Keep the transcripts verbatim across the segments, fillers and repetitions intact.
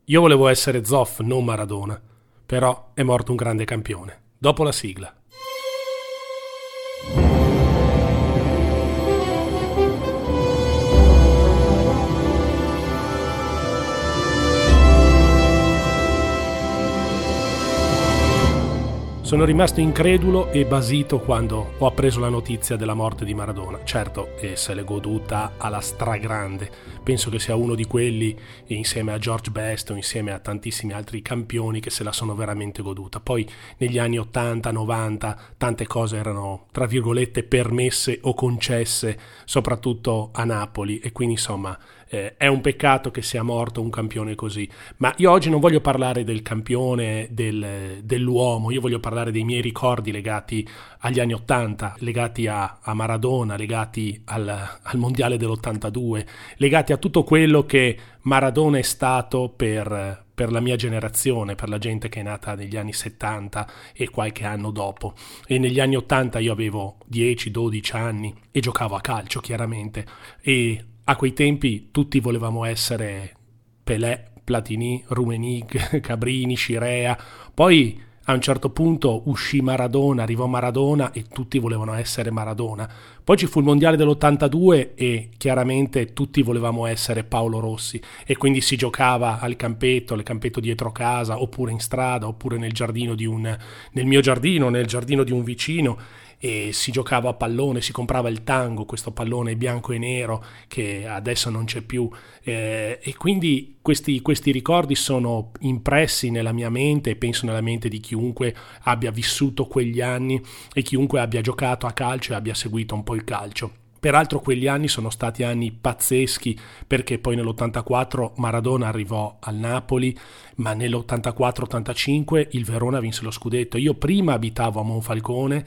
Io volevo essere Zoff, non Maradona, però è morto un grande campione. Dopo la sigla. Sono rimasto incredulo e basito quando ho appreso la notizia della morte di Maradona. Certo, e se l'è goduta alla stragrande. Penso che sia uno di quelli, insieme a George Best o insieme a tantissimi altri campioni, che se la sono veramente goduta. Poi negli anni ottanta novanta tante cose erano, tra virgolette, permesse o concesse, soprattutto a Napoli, e quindi insomma eh, è un peccato che sia morto un campione così. Ma io oggi non voglio parlare del campione, del, dell'uomo, io voglio parlare dei miei ricordi legati agli anni ottanta, legati a, a Maradona, legati al, al mondiale dell'ottantadue, legati a tutto quello che Maradona è stato per, per la mia generazione, per la gente che è nata negli anni settanta e qualche anno dopo. E negli anni ottanta io avevo dieci dodici anni e giocavo a calcio, chiaramente, e a quei tempi tutti volevamo essere Pelé, Platini, Rummenigge, Cabrini, Scirea. Poi a un certo punto uscì Maradona, arrivò Maradona e tutti volevano essere Maradona. Poi ci fu il mondiale dell'ottantadue e chiaramente tutti volevamo essere Paolo Rossi, e quindi si giocava al campetto, al campetto dietro casa, oppure in strada, oppure nel giardino di un, nel mio giardino, nel giardino di un vicino, e si giocava a pallone, si comprava il tango, questo pallone bianco e nero che adesso non c'è più, eh, e quindi questi, questi ricordi sono impressi nella mia mente e penso nella mente di chiunque abbia vissuto quegli anni e chiunque abbia giocato a calcio e abbia seguito un po' il calcio. Peraltro quegli anni sono stati anni pazzeschi, perché poi nell'ottantaquattro Maradona arrivò al Napoli, ma nell'ottantaquattro ottantacinque il Verona vinse lo scudetto. Io prima abitavo a Monfalcone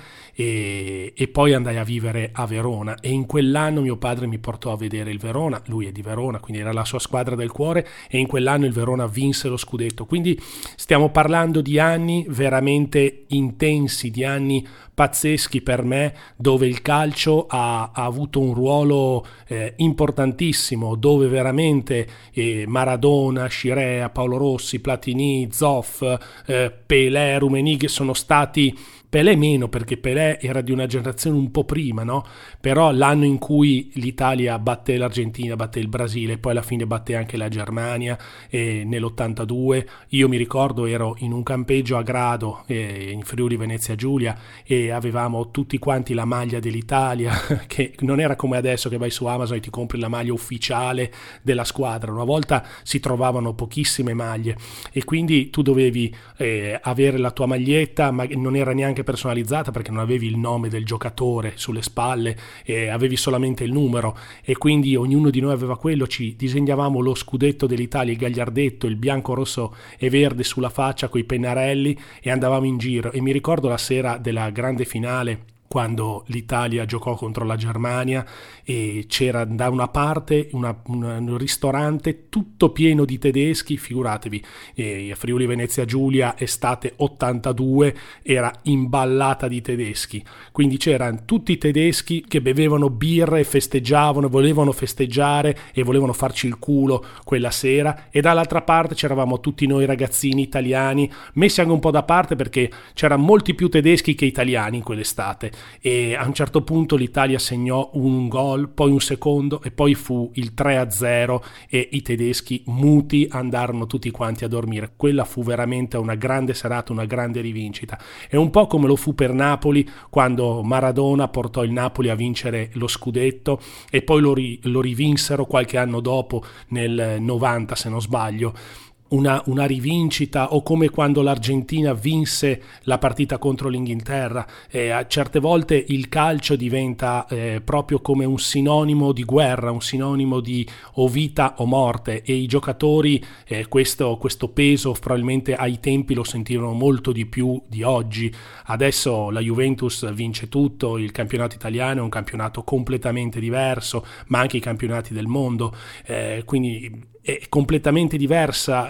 e, e poi andai a vivere a Verona, e in quell'anno mio padre mi portò a vedere il Verona, lui è di Verona, quindi era la sua squadra del cuore, e in quell'anno il Verona vinse lo scudetto. Quindi stiamo parlando di anni veramente intensi, di anni pazzeschi per me, dove il calcio ha, ha avuto un ruolo eh, importantissimo, dove veramente eh, Maradona, Scirea, Paolo Rossi, Platini, Zoff, eh, Pelé, Rummenigge sono stati... Pelé meno, perché Pelé era di una generazione un po' prima, no? Però l'anno in cui l'Italia batté l'Argentina, batté il Brasile, poi alla fine batté anche la Germania, e nell'ottantadue io mi ricordo ero in un campeggio a Grado, eh, in Friuli Venezia Giulia, e avevamo tutti quanti la maglia dell'Italia, che non era come adesso che vai su Amazon e ti compri la maglia ufficiale della squadra. Una volta si trovavano pochissime maglie e quindi tu dovevi eh, avere la tua maglietta, ma non era neanche personalizzata, perché non avevi il nome del giocatore sulle spalle, e avevi solamente il numero, e quindi ognuno di noi aveva quello. Ci disegnavamo lo scudetto dell'Italia, il gagliardetto, il bianco, rosso e verde sulla faccia coi pennarelli, e andavamo in giro. E mi ricordo la sera della grande finale, quando l'Italia giocò contro la Germania, e c'era da una parte una, una, un ristorante tutto pieno di tedeschi, figuratevi, e Friuli Venezia Giulia estate ottantadue era imballata di tedeschi, quindi c'erano tutti i tedeschi che bevevano birra e festeggiavano, volevano festeggiare e volevano farci il culo quella sera, e dall'altra parte c'eravamo tutti noi ragazzini italiani, messi anche un po' da parte perché c'erano molti più tedeschi che italiani in quell'estate. E a un certo punto l'Italia segnò un gol, poi un secondo, e poi fu il tre a zero, e i tedeschi muti andarono tutti quanti a dormire. Quella fu veramente una grande serata, una grande rivincita. È un po' come lo fu per Napoli, quando Maradona portò il Napoli a vincere lo scudetto, e poi lo, ri- lo rivinsero qualche anno dopo, nel novanta se non sbaglio. Una, una rivincita, o come quando l'Argentina vinse la partita contro l'Inghilterra. Eh, a certe volte il calcio diventa eh, proprio come un sinonimo di guerra, un sinonimo di o vita o morte, e i giocatori eh, questo, questo peso probabilmente ai tempi lo sentivano molto di più di oggi. Adesso la Juventus vince tutto, il campionato italiano è un campionato completamente diverso, ma anche i campionati del mondo, eh, quindi è completamente diversa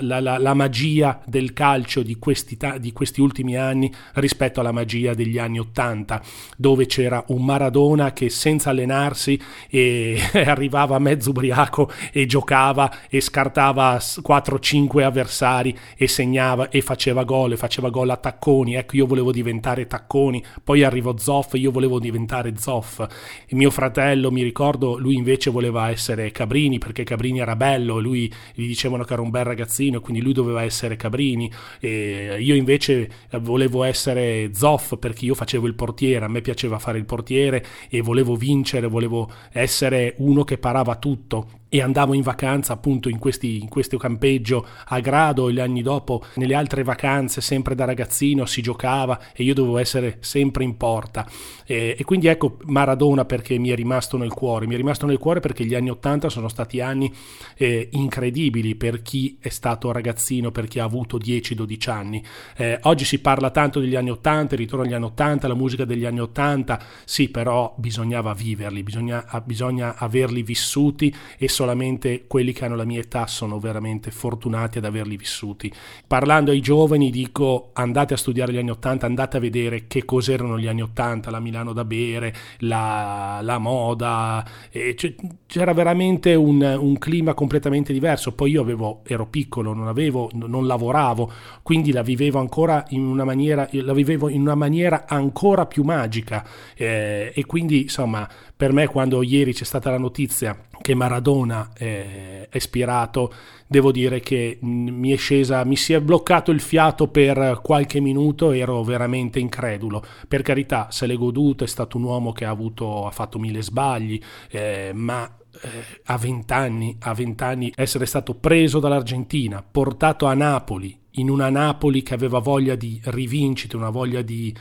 la, la, la magia del calcio di questi, di questi ultimi anni rispetto alla magia degli anni ottanta, dove c'era un Maradona che senza allenarsi e arrivava mezzo ubriaco e giocava e scartava quattro cinque avversari e segnava e faceva gol, e faceva gol a tacconi. Ecco, io volevo diventare Tacconi, poi arrivò Zoff, io volevo diventare Zoff. E mio fratello, mi ricordo, lui invece voleva essere Cabrini, perché Cabrini era bello, lui gli dicevano che era un bel ragazzino, quindi lui doveva essere Cabrini, e io invece volevo essere Zoff perché io facevo il portiere, a me piaceva fare il portiere e volevo vincere, volevo essere uno che parava tutto. E andavo in vacanza appunto in, questi, in questo campeggio a Grado, e gli anni dopo nelle altre vacanze sempre da ragazzino si giocava e io dovevo essere sempre in porta, e, e quindi ecco Maradona perché mi è rimasto nel cuore mi è rimasto nel cuore perché gli anni ottanta sono stati anni eh, incredibili per chi è stato ragazzino, per chi ha avuto dieci dodici anni. Eh, oggi si parla tanto degli anni ottanta, il ritorno agli anni ottanta, la musica degli anni ottanta, sì, però bisognava viverli, bisogna, bisogna averli vissuti, e solamente quelli che hanno la mia età sono veramente fortunati ad averli vissuti. Parlando ai giovani dico: andate a studiare gli anni ottanta, andate a vedere che cos'erano gli anni ottanta, la Milano da bere, la, la moda, e c'era veramente un, un clima completamente diverso. Poi io avevo, ero piccolo, non avevo, non lavoravo, quindi la vivevo ancora in una maniera, la vivevo in una maniera ancora più magica, eh, e quindi insomma per me, quando ieri c'è stata la notizia che Maradona è espirato, devo dire che mi è scesa, mi si è bloccato il fiato per qualche minuto, ero veramente incredulo. Per carità, se l'è goduto, è stato un uomo che ha avuto, ha fatto mille sbagli, eh, ma eh, a vent'anni, a vent'anni essere stato preso dall'Argentina, portato a Napoli, in una Napoli che aveva voglia di rivincita, una voglia di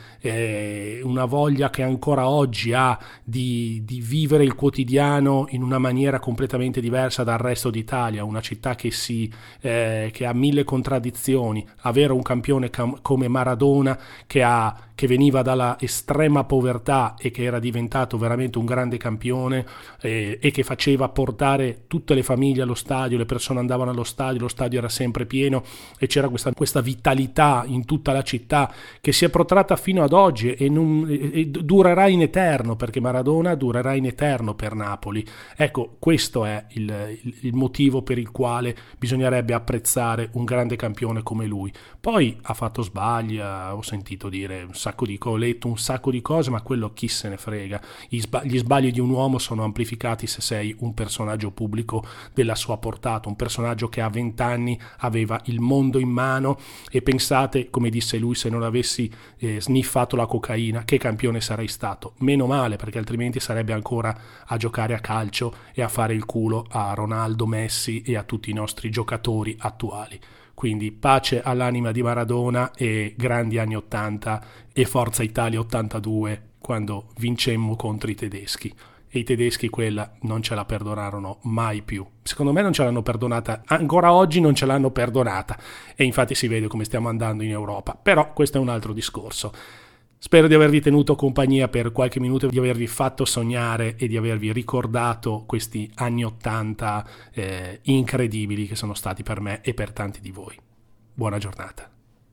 eh, una voglia che ancora oggi ha di, di vivere il quotidiano in una maniera completamente diversa dal resto d'Italia, una città che si eh, che ha mille contraddizioni. Avere un campione cam- come Maradona che ha che veniva dalla estrema povertà e che era diventato veramente un grande campione, eh, e che faceva portare tutte le famiglie allo stadio, le persone andavano allo stadio, lo stadio era sempre pieno e c'era questa, questa vitalità in tutta la città che si è protratta fino ad oggi e, non, e durerà in eterno, perché Maradona durerà in eterno per Napoli. Ecco, questo è il, il, il motivo per il quale bisognerebbe apprezzare un grande campione come lui. Poi ha fatto sbagli, ho sentito dire un sacco di cose, ho letto un sacco di cose, ma quello chi se ne frega. Gli sbagli di un uomo sono amplificati se sei un personaggio pubblico della sua portata, un personaggio che a vent'anni aveva il mondo in mano, e pensate, come disse lui, se non avessi eh, sniffato la cocaina, che campione sarei stato. Meno male, perché altrimenti sarebbe ancora a giocare a calcio e a fare il culo a Ronaldo, Messi e a tutti i nostri giocatori attuali. Quindi pace all'anima di Maradona e grandi anni ottanta, e Forza Italia ottantadue, quando vincemmo contro i tedeschi. E i tedeschi quella non ce la perdonarono mai più. Secondo me non ce l'hanno perdonata, ancora oggi non ce l'hanno perdonata, e infatti si vede come stiamo andando in Europa. Però questo è un altro discorso. Spero di avervi tenuto compagnia per qualche minuto, di avervi fatto sognare e di avervi ricordato questi anni ottanta eh, incredibili che sono stati per me e per tanti di voi. Buona giornata.